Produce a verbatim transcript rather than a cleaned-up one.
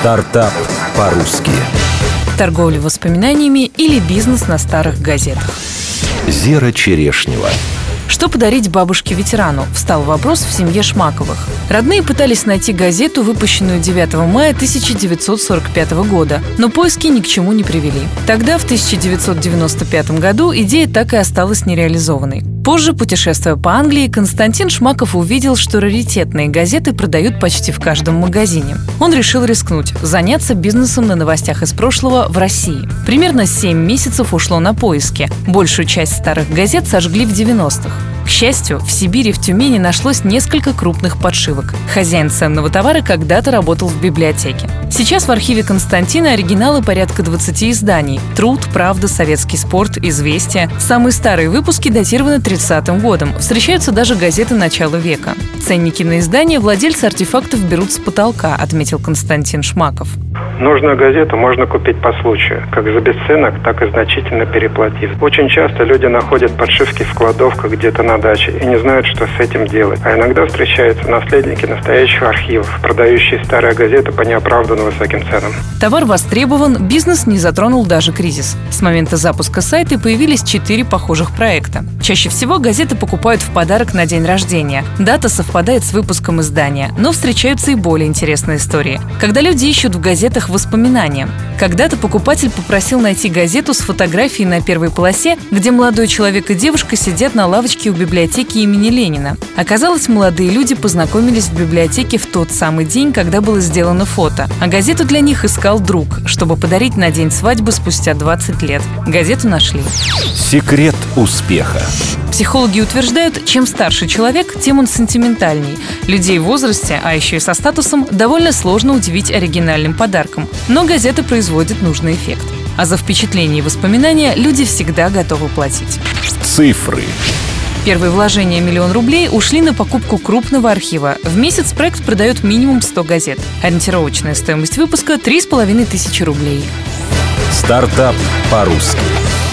Стартап по-русски. Торговля воспоминаниями или бизнес на старых газетах. Зера Черешнева. Что подарить бабушке-ветерану? Встал вопрос в семье Шмаковых. Родные пытались найти газету, выпущенную девятого мая тысяча девятьсот сорок пятого года, но поиски ни к чему не привели. Тогда, в тысяча девятьсот девяносто пятом году, идея так и осталась нереализованной. Позже, путешествуя по Англии, Константин Шмаков увидел, что раритетные газеты продают почти в каждом магазине. Он решил рискнуть, заняться бизнесом на новостях из прошлого в России. Примерно семь месяцев ушло на поиски. Большую часть старых газет сожгли в девяностых. К счастью, в Сибири и в Тюмени нашлось несколько крупных подшивок. Хозяин ценного товара когда-то работал в библиотеке. Сейчас в архиве Константина оригиналы порядка двадцати изданий: «Труд», «Правда», «Советский спорт», «Известия». Самые старые выпуски датированы тридцатым годом. Встречаются даже газеты начала века. Ценники на издания владельцы артефактов берут с потолка, отметил Константин Шмаков. Нужную газету можно купить по случаю, как за бесценок, так и значительно переплатив. Очень часто люди находят подшивки в кладовках где-то на даче и не знают, что с этим делать. А иногда встречаются наследники настоящих архивов, продающие старые газеты по неоправданно высоким ценам. Товар востребован, бизнес не затронул даже кризис. С момента запуска сайта появились четыре похожих проекта. Чаще всего газеты покупают в подарок на день рождения. Дата совпадает с выпуском издания, но встречаются и более интересные истории. Когда люди ищут в газетах воспоминания. Когда-то покупатель попросил найти газету с фотографией на первой полосе, где молодой человек и девушка сидят на лавочке у библиотеки имени Ленина. Оказалось, молодые люди познакомились в библиотеке в тот самый день, когда было сделано фото. А газету для них искал друг, чтобы подарить на день свадьбы спустя двадцать лет. Газету нашли. Секрет успеха. Психологи утверждают, чем старше человек, тем он сентиментальней. Людей в возрасте, а еще и со статусом, довольно сложно удивить оригинальным подарком. Но газеты производят нужный эффект. А за впечатления и воспоминания люди всегда готовы платить. Цифры. Первые вложения миллион рублей ушли на покупку крупного архива. В месяц проект продает минимум сто газет. Ориентировочная стоимость выпуска – три с половиной тысячи рублей. Стартап по-русски.